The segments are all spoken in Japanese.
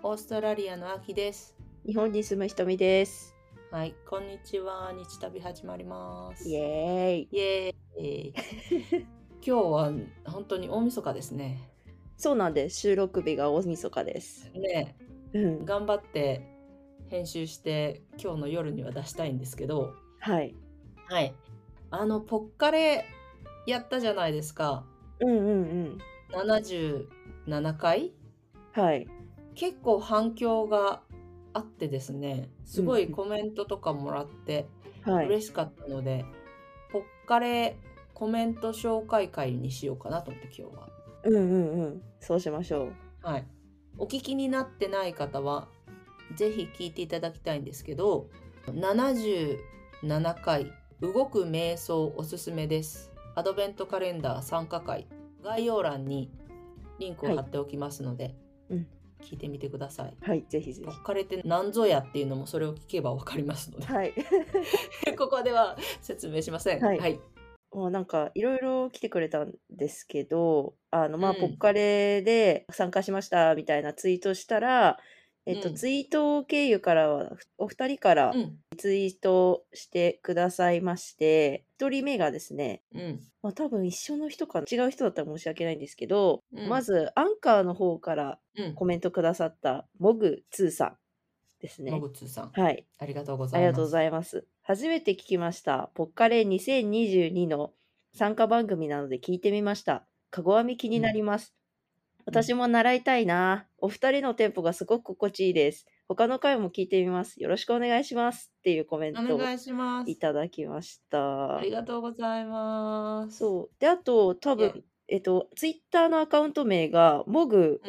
オーストラリアのアキです。 日本に住むひとみです。 はい、こんにちは。日旅始まりますイエーイ。 イエーイ今日は本当に大晦日ですね。 そうなんです。収録日が大晦日です。 ね、頑張って編集して今日の夜には出したいんですけど、 はい。 はい。ポッカレやったじゃないですか。77回はい。 結構反響があってですね、すごいコメントとかもらってはい。 嬉しかったので、ポッカレコメント紹介会にしようかなと思って今日は。 そうしましょう。 はい。お聞きになってない方は、ぜひ聞いていただきたいんですけど、77回、動く瞑想おすすめです。アドベントカレンダー参加会、概要欄にリンクを貼っておきますので、聞いてみてください。 はい、ぜひぜひ。 ポッカレって何ぞやっていうのもそれを聞けばわかりますので、 はい。 ここでは説明しません。 ははい。 もうなんかいろいろ来てくれたんですけど、ポうんッカレで参加しましたみたいなツイートしたら、ツイート経由からはお二人からツイートしてくださいまして、一人目がですね、多分一緒の人かな、違う人だったら申し訳ないんですけど、まずアンカーの方からコメントくださったモグツーさんですね。 モグツーさん。 はい。 ありがとうござあいます。 りがとうございます。初めて聞きました。ポッカレ2022の参加番組なので聞いてみました。かご編み気になります。私も習いたいな。お二人のテンポがすごく心地いいです。他の回も聞いてみます。よろしくお願いします。っていうコメントをお願いします。 いただきましあた。 りがとうございます。 そう。で、あと、多分、ツイッターのアカウント名が、モグ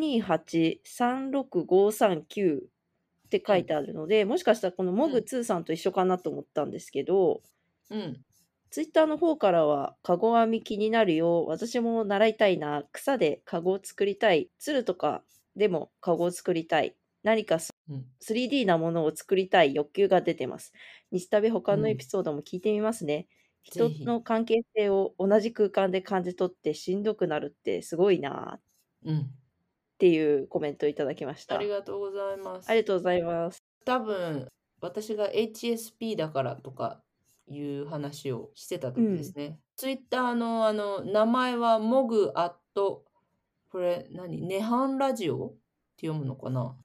628-36539って書いてあるので、もしかしたらこのモグ2さんと一緒かなと思ったんですけど、ツイッターの方からは、かご編み気になるよ。私も習いたいな。草でかごを作りたい。鶴とかでもかごを作りたい。何か 3D なものを作りたい欲求が出てます。日旅他のエピソードも聞いてみますね。人の関係性を同じ空間で感じ取ってしんどくなるってすごいなっていうコメントをいただきました。 ありがとうございます。 ありがとうございます。 多分、私が HSP だからとかいう話をしてた時ですね。ツイッターの名前はモグアット、これネハンラジオって読むのかな？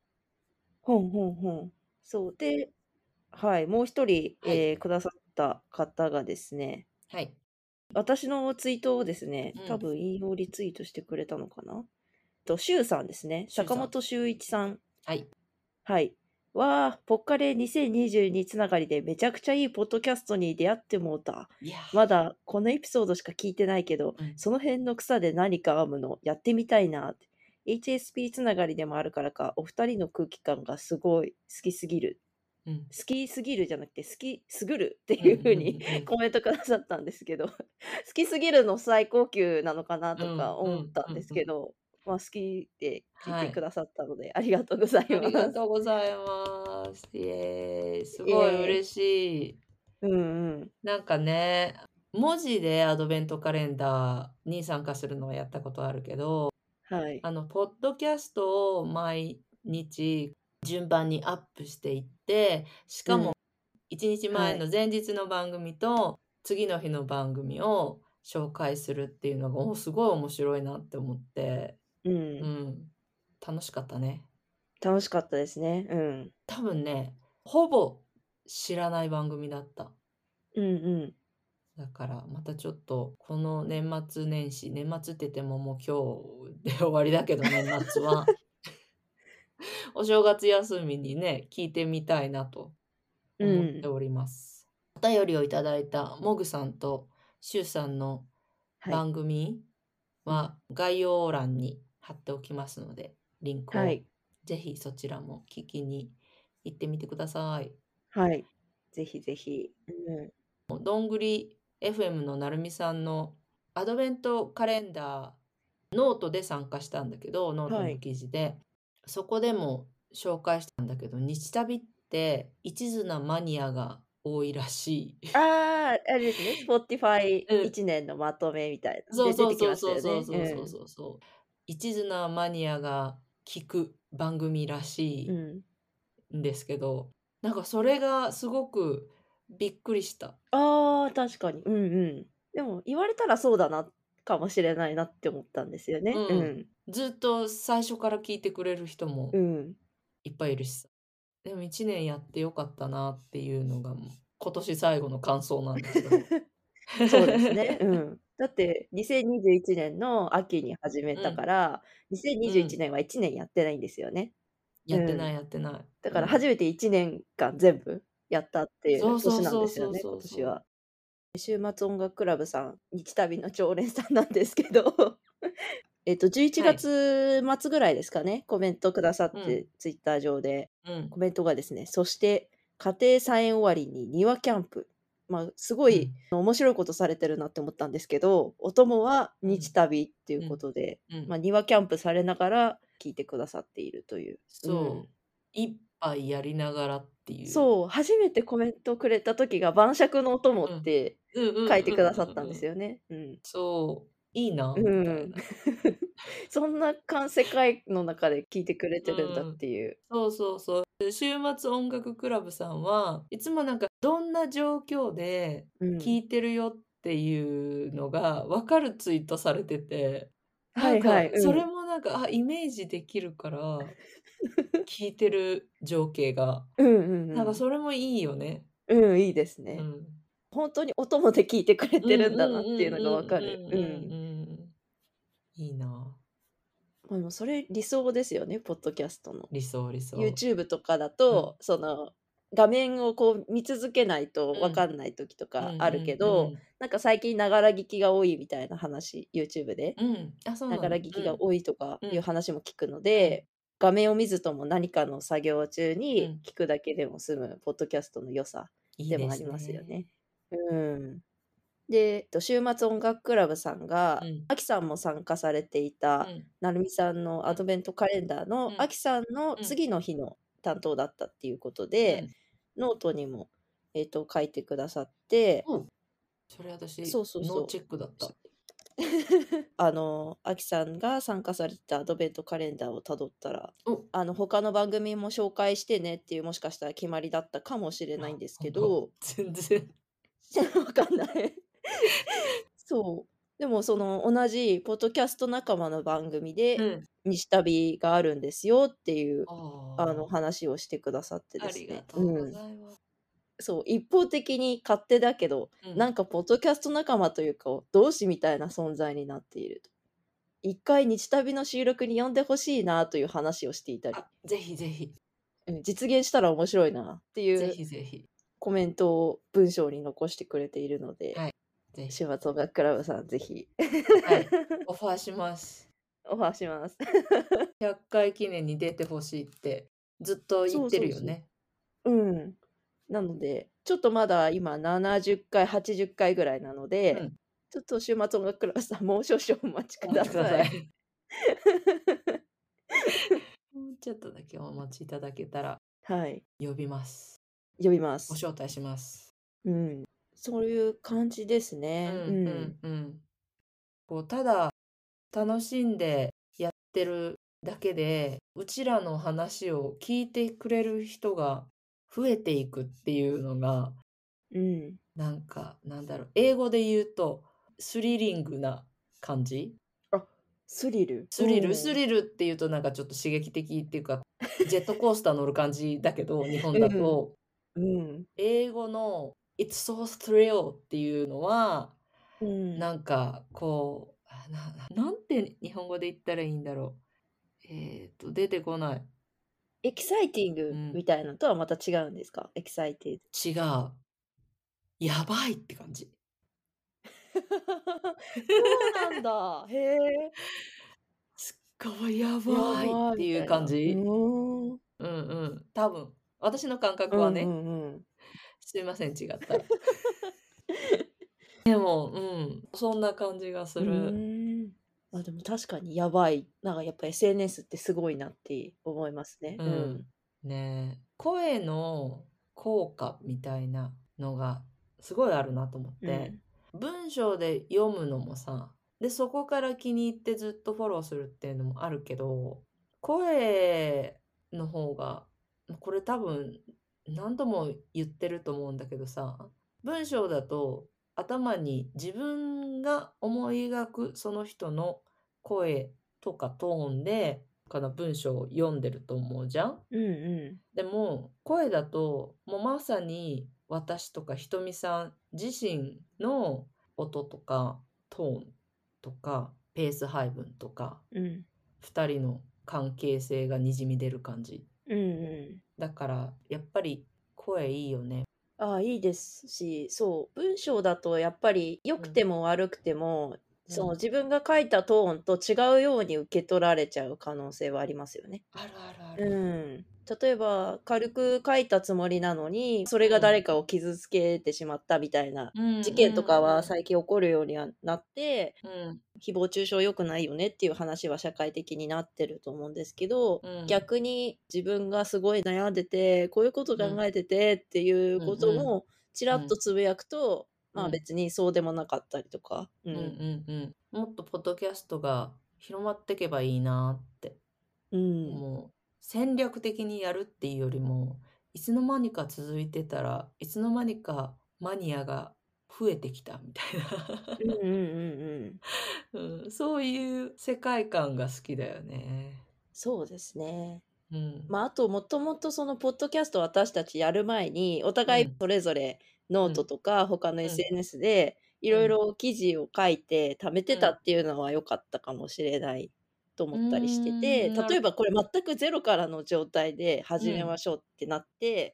そうで、はい、もう一人、くださった方がですね、 はい。 私のツイートをですね、多分引用リツイートしてくれたのかな。シュウさんですね。坂本修一さん。 はい。 はい。ポッカレ2022つながりでめちゃくちゃいいポッドキャストに出会ってもうた。まだこのエピソードしか聞いてないけど、その辺の草で何か編むのやってみたいな。HSP つながりでもあるからか、お二人の空気感がすごい好きすぎる。好きすぎるじゃなくて、好きすぐるっていう風にコメントくださったんですけど、好きすぎるの最高級なのかなとか思ったんですけど、好きで聞いてくださったので、ありがとうございます。 ありがとうございます。イエーイ。すごい嬉しい。なんかね、文字でアドベントカレンダーに参加するのはやったことあるけど、ポッドキャストを毎日順番にアップしていって、しかも1日前の前日の番組と次の日の番組を紹介するっていうのがすごい面白いなって思って、楽しかったね。 楽しかったですね。 多分ね、ほぼ知らない番組だった。だからまたちょっとこの年末年始、年末って言ってももう今日で終わりだけど年末はお正月休みにね、聞いてみたいなと思っております。お便りをいただいたモグさんとシュウさんの番組は概要欄に貼っておきますので、リンクをぜひそちらも聞きに行ってみてください。 はい。ぜひぜひ。 どんぐり FM のなるみさんのアドベントカレンダーノートで参加したんだけど、ノートの記事で、そこでも紹介したんだけど、日旅って一途なマニアが多いらしい。 あれですね。Spotify 1年のまとめみたいな。 そうそう出てきそうそうましたよね。 そうそうそうそう。一途なマニアが聞く番組らしいんですけど、なんかそれがすごくびっくりした。 ああ、確かに。うんうん。でも言われたらそうだな、かもしれないなって思ったんですよね。ううん。 ん。 ずっと最初から聞いてくれる人うもん。 いっぱいいるしさ。でも1年やってよかったなっていうのが、今年最後の感想なんだけど。 そうですね。うん。だって2021年の秋に始めたかうん。 ら、 う 2021 ん。 年は1年やってないんですよね。 やってなうん。 いやってない。 だうん。 から初めて1年間全部やったっていそうそうう年なんそうそうですよね、 そうそう。 今年は。週末音楽クラブさん、日旅の常連さんなんですけど、11 はい。 月末ぐらいですかね、コメントくださっうん。 て、ツイッター上で、 うん。 コメントがですね、そして家庭菜園終わりに庭キャンプ。すごいうん。 面白いことされてるなって思ったんですけど、お供はうん。 日旅っていううん。 ことで、 うん。 庭キャンプされながら聞いてくださっているという。うん。 そう。一杯やりながらっていう。 そう、初めてコメントくれた時が晩酌のお供うん。 ってうんうん書いてくうんださったんでうんうん。 すよね。うん。 そう、いいなみたいうん。 な。 そんな世界の中で聞いてくれうてるんだっん。 ていう。 そうそうそう。週末音楽クラブさんはいつもなんかどんな状況でうん。 聞いてるよっていうのが分かるツイートされてて、なんかはいはい、うん。 それもなんか、イメージできるから、聞いてる情景が。 うんうんうなんかん。 それもいいよね。 うん、いいですね。 うん。 ほんとにお供で聞いてくれうんうんてるんだなっていうのが分うんうかる。うん。 んうんうん。いいな。 でもそれ理想ですよね、ポッドキャストの。 理想理想。 YouTube とかだうん。 と、画面をこう見続けないとうん。 分かんない時とうんかあるけど、 うんうん。 なんか最近ながら聞きが多いみたいな話、YouTube で。 うん。あ、そうながらなんだ。 聞きが多いとかいううん。 話も聞くのうん。 で、画面を見ずとも何かの作業中にうん。 聞くだけでも済むポッドキャストの良さいいですでもありますよね。 ね。 うん。で、週末音楽クラブさんが、 うん。 アキさんも参加されていた、 うん。 なるみさんのアドベントカレンダーのうん。 アキさんのうん。 次の日の担当だったっていうことで、 うん。 ノートにも、書いてくださって、 うん。それ私、 そうそうそう。 ノーチェックだった。 アキさんが参加されてたアドベントカレンダーをたどったら、 お、 他の番組も紹介してねっていう、もしかしたら決まりだったかもしれないんですほんと、 けど、 全然。 わかんない。そう。でもその同じポッドキャスト仲間の番組で、 うん。 西旅があるんですよっていう、 あ話をしてくださってあ、ありがですね。 とうごうん。 ざいます。 そう、一方的に勝手だけど、 うん。 なんかポッドキャスト仲間というか、同志みたいな存在になっていると。一回日旅の収録に呼んでほしいなという話をしていたり、 ぜひぜひ。 実現したら面白いなっていぜうひぜひ。 コメントを文章に残してくれているので、 はい。ぜひ。 週末音楽クラブさんぜひはい。オファーします。 オファーします。 100回記念に出てほしいってずっと言ってそうそうそう。 るよね。 うん。なので、ちょっとまだ今70回、80回ぐらいなので、 うん。 ちょっと週末音楽クラブさんもう少々お待ちくお待ださい。 ってください。もうちょっとだけお待ちいただけたらはい。 呼びます。 呼びます。 ご招待します。 うん。そういう感じですうね。うん。 んうんうん。ただ楽しんでやってるだけで、うちらの話を聞いてくれる人が増えていくっていうのが、 うん。 なんか、なんだろう、英語で言うとスリリングな感じ？ あ、スリル。 スリルっていうとなんかちょっと刺激的っていうか、ジェットコースター乗る感じだけど、日本だうん。 と、 うん。 英語の It's so thrill っていうのは、 うん。 なんかこう、なんて日本語で言ったらいいんだろう。出てこない。 エキサイティングうん、 みたいなのとはまた違うんですか？エキサイティ違う。やばいって感じ。 そうなんだ。へえ。 すっごいややばいっばいていうみたいな。 感じ。 ーん。 うんうん。多分、私の感覚はうんうね。 んうん。 すいません、違ったら。でも、そんな感じがすうる。 ーん。でも確かにやばい。なんかやっぱ SNS ってすごいなって思いますね。 ううん。 ん。ねえ。声の効果みたいなのがすごいあるなと思って。 うん。 文章で読むのもさ、で、そこから気に入ってずっとフォローするっていうのもあるけど、 声の方が、これ多分何度も言ってると思うんだけどさ、文章だと頭に自分が思い描くその人の声とかトーンで文章を読んでると思うじゃん。でも声だともうまさに私とかひとみさん自身の音とかトーンとかペース配分とか、2人の関係性がにじみ出る感じ。だからやっぱり声いいよね。 いいですし、そう、文章だとやっぱり良くても悪くても、その自分が書いたトーンと違うように受け取られちゃう可能性はありますよね。 あるあるある。 例えば軽く書いたつもりなのに、それが誰かを傷つけてしまったみたいな事件とかは最近起こるようにはなって、誹謗中傷良くないよねっていう話は社会的になってると思うんですけど、逆に自分がすごい悩んでて、こういうこと考えててっていうこともちらっとつぶやくと、まあ別にそうでもなかったりとか。 もっとポッドキャストが広まっていけばいいなって思う。戦略的にやるっていうよりも、いつの間にか続いてたらいつの間にかマニアが増えてきたみたいなそういう世界観が好きだよね。 そうですね。あともともとそのポッドキャスト私たちやる前にお互いそれぞれノートとか他の SNS でいろいろ記事を書いて貯めてたっていうのは良かったかもしれないと思ったりしてて、例えばこれ全くゼロからの状態で始めましょうってなって、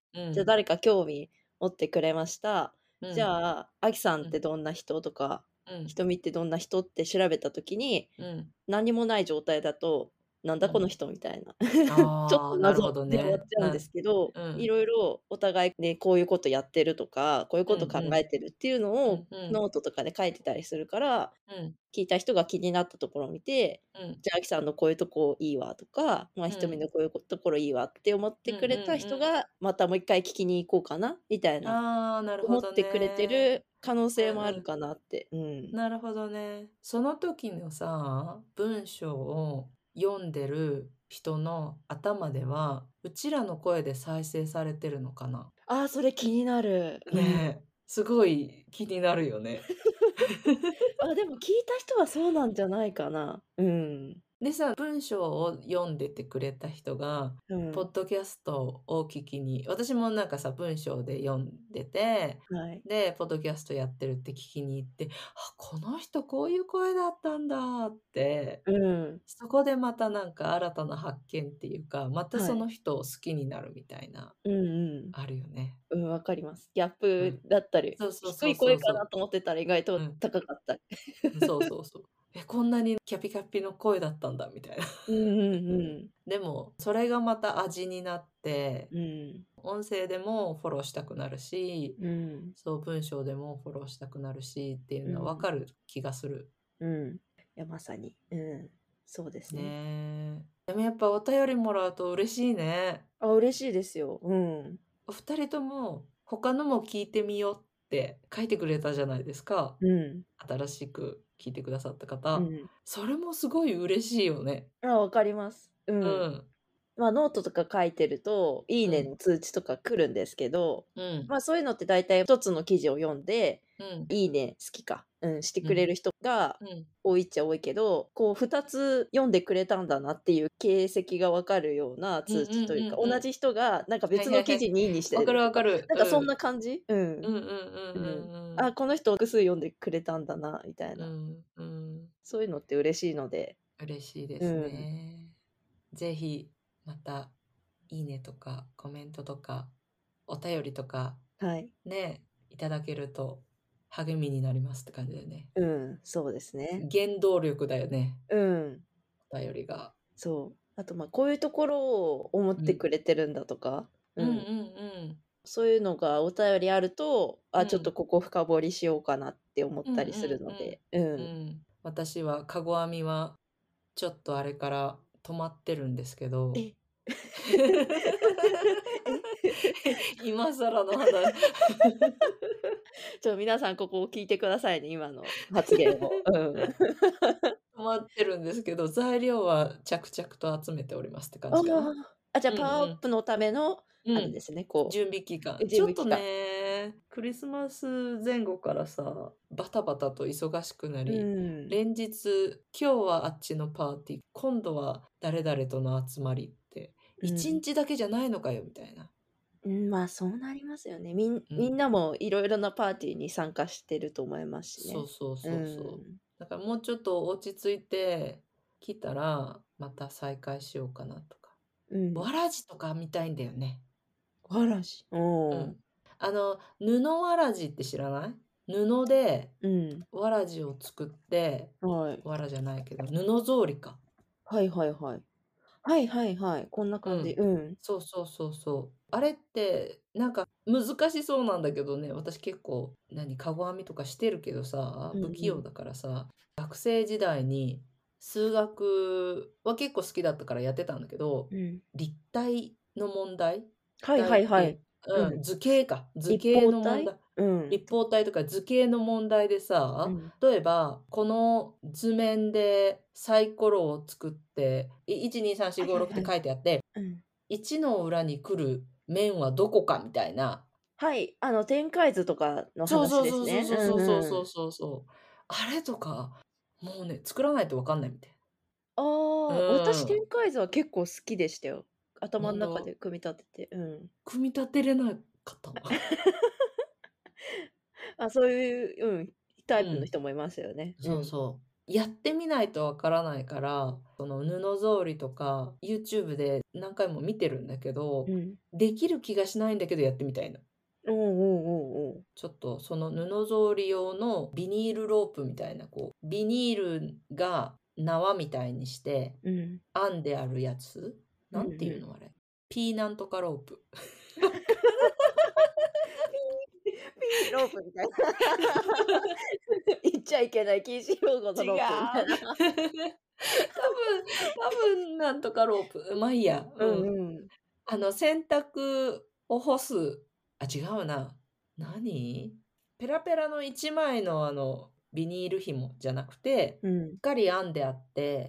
じゃあ誰か興味持ってくれました。じゃあ、あきさんってどんな人とか、ひとみってどんな人って調べた時に、何もない状態だと、なんだこの人みたいな。ちょっと謎で終わっちゃうんですけど、いろいろお互いね、こういうことやってるとか、こういうこと考えてるっていうのをノートとかで書いてたりするから、聞いた人が気になったところを見て、じゃあ、あきさんのこういうとこいいわとか、ひとみのこういうところいいわって思ってくれた人が、またもう一回聞きに行こうかなみたいな、思ってくれてる可能性もあるかなって。 なるほどね。その時のさ、文章を読んでる人の頭ではうちらの声で再生されてるのかな。 それ気になる。 ね、すごい気になるよね。 でも聞いた人はそうなんじゃないかな。 でさ、文章を読んでてくれた人が、ポッドキャストを聞きに、私もなんかさ、文章で読んでて、で、ポッドキャストやってるって聞きに行って、この人こういう声だったんだって、そこでまたなんか新たな発見っていうか、またその人を好きになるみたいな、あるよね。 わかります。ギャップだったり、低い声かなと思ってたら意外と高かったり。 そうそうそう。こんなにキャピキャピの声だったんだみたいな。でもそれがまた味になって、音声でもフォローしたくなるし、そう文章でもフォローしたくなるしっていうのは分かる気がする。 いやまさに、そうですね。でもやっぱお便りもらうと嬉しいね。 嬉しいですよ。 お二人とも他のも聞いてみようって書いてくれたじゃないですか。新しく聞いてくださった方、それもすごい嬉しいよね。 わかります。まあノートとか書いてるといいねの通知とか来るんですけど、まあそういうのって大体一つの記事を読んで、いいね好きか、してくれる人が多いっちゃ多いけど、こう2つ読んでくれたんだなっていう形跡が分かるような通知というか、同じ人がなんか別の記事にいいにしてるとか、 わかるなんかそんな感じ。この人複数読んでくれたんだなみたいな、そういうのって嬉しいので。 嬉しいですね。ぜひまたいいねとかコメントとかお便りとかね、いただけると励みになりますって感じだよね。 そうですね。 原動力だよね。お便りが。 そう。あとこういうところを思ってくれてるんだとか、そういうのがお便りあると、ちょっとここ深掘りしようかなって思ったりするので。 私はかご編みはちょっとあれから止まってるんですけど。今更の話。 皆さんここを聞いてくださいね、今の発言を。 余ってるんですけど、材料は着々と集めておりますって感あじかな。 あ、じゃあうんパワーアうん。 ップのための、 うん。 あれですね、こ準備期間。 う、 ちょっと準備期間。 ね、クリスマス前後からさ、バタバタと忙しくなうり、 ん。 連日、今日はあっちのパーティー、今度は誰々との集まりって、一日だけじゃないのかよ、みたいな。 まあ、そうなりますよね。 うん。 みんなもいろいろなパーティーに参加してると思いますしね。 そうそううそうそう。 ん。 だからもうちょっと落ち着いてきたら、また再開しようかなとか。わらじとか見たいんだよね。 わらじ。 うん。布わらじって知らない？布でわらじを作って、 はい。 わらじゃないけど、布草履か。 はいはいはい。はいはいはい。こんな感じ。うん。 そうそうそうそう。あれって、なんか難しそうなんだけどね、私結構、かご編みとかしてるけどさ、不器用だからさ、学生時代に数学は結構好きだったからやってたんだけど、立体の問題、 はいはいはい。 図形か。図立形方体？ の問題。立方体とか図形の問題でさ、例えば、この図面でサイコロを作って、1、2、3、4、5、6って書いてあって、1の裏に来る面はどこかみたいな。 はい、展開図とかのそうそうそう話ですね。 そうそうそうそうそうそう。あれとか、もうね、作らないとわかんないみたいな。 私展うん。 開図は結構好きでしたよ。頭の中ほんと？ で組み立てて。 組み立てれなかった。 そういう、タイプの人もいますよね。 そうそう。やってみないとわからないから、その布草履とか YouTube で何回も見てるんだけど、できる気がしないんだけどやってみたいの。ちょっとその布草履用のビニールロープみたいな、ビニールが縄みたいにして編んであるやつ、なんていうのあれ。ピーなんとかロープ。 ピーロープみたいな。言っちゃいけない禁止用語の違う。 ロープみたいな。 多分なんとかロープ。まあいいや。洗濯を干す。違うな。何？ペラペラの1枚のビニール紐じゃなくて、しっかり編んであって、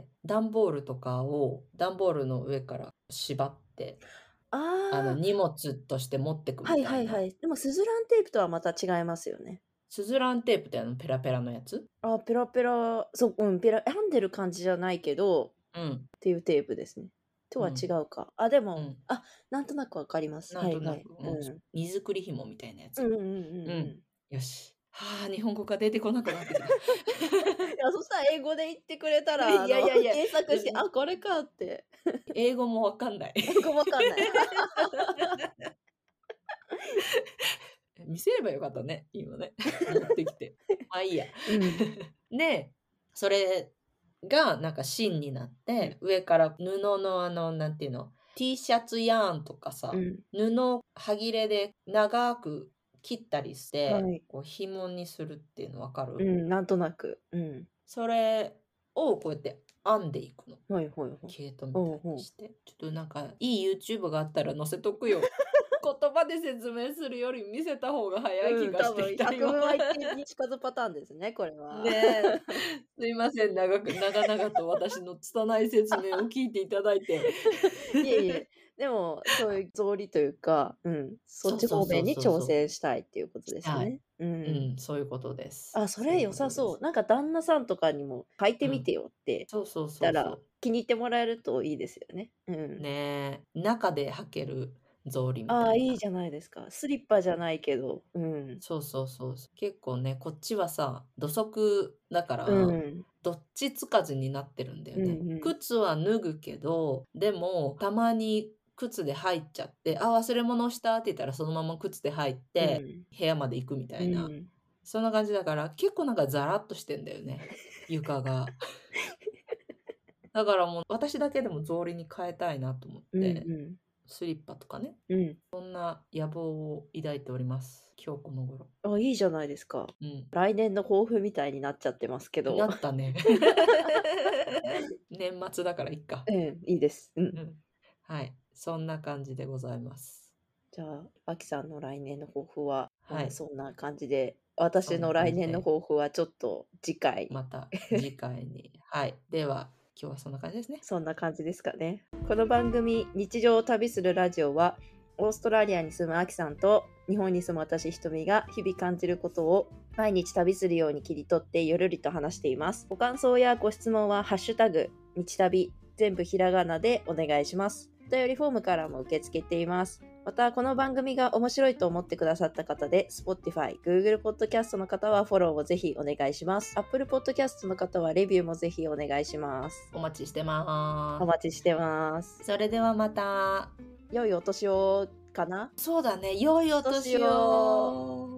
段ボールとかを段ボールの上から縛って、荷物として持ってくみたいな。 でもスズランテープとはまた違いますよね。 スズランテープってペラペラのやつ？ ペラペラ、そう、編んでる感じじゃないけど、っていうテープですね。とは違うか。でも、なんとなくわかります。 なんとなく、荷造り紐みたいなやつ。よし。日本語が出てこなくなってきた。 そしたら英語で言ってくれたら、 いやいやいや検索して、これかって。 英語もわかんない。 英語もわかんない。 見せればよかったね、今ね。持ってきて。まあいいや。で、それがなんか芯になって、上から布のなんていうの、T シャツヤーンとかさ、布はぎれで長く切ったりして、紐にするっていうのわかる？ なんとなく。 それをこうやって編んでいくの。 はいはいはい。 毛糸みたいにして。ちょっとなんかいい YouTube があったら載せとくよ。言葉で説明するより見せた方が早い気がしてきた、 多分百聞は一見に近づパターンですね、これは。 ねすいません、長々と私の拙い説明を聞いていただいて。 いえいえ、でも、そういう草履というか、そっち方面に挑戦したいっていうことですね。 そういうことです。 それ良さそう。なんか旦那さんとかにも履いてみてよってそうそうそ言ったら、気に入ってもらえるといいですよね。 ね中で履ける草履みたいな。 いいじゃないですか。スリッパじゃないけど。 そうそうそう。結構ね、こっちはさ、土足だから、どっちつかずになってるんだよね。靴は脱ぐけど、でも、たまに靴で入っちゃって、忘れ物したって言ったらそのまま靴で入って、部屋まで行くみたいな。そんな感じだから、結構なんかザラッとしてんだよね。床が。だからもう私だけでも草履に変えたいなと思って、スリッパとかね。そんな野望を抱いております。今日この頃。 いいじゃないですか。来年の抱負みたいになっちゃってますけど。 なったね。年末だからいっか。 いいです。 はい。そんな感じでございます。 じゃあ、あきさんの来年の抱負は、そんな感じで私の来年の抱負はちょっと次回。 また次回に。はい。では、今日はそんな感じですね。 そんな感じですかね。この番組、日常を旅するラジオは、オーストラリアに住むアキさんと日本に住む私ひとみが日々感じることを毎日旅するように切り取ってゆるりと話しています。ご感想やご質問はハッシュタグ日旅全部ひらがなでお願いします。お便りフォームからも受け付けています。またこの番組が面白いと思ってくださった方で Spotify、Google Podcast の方はフォローをぜひお願いします。Apple Podcast の方はレビューもぜひお願いします。 お待ちしてます。 お待ちしてます。 それではまた。 良いお年をかな？ そうだね。良いお年を。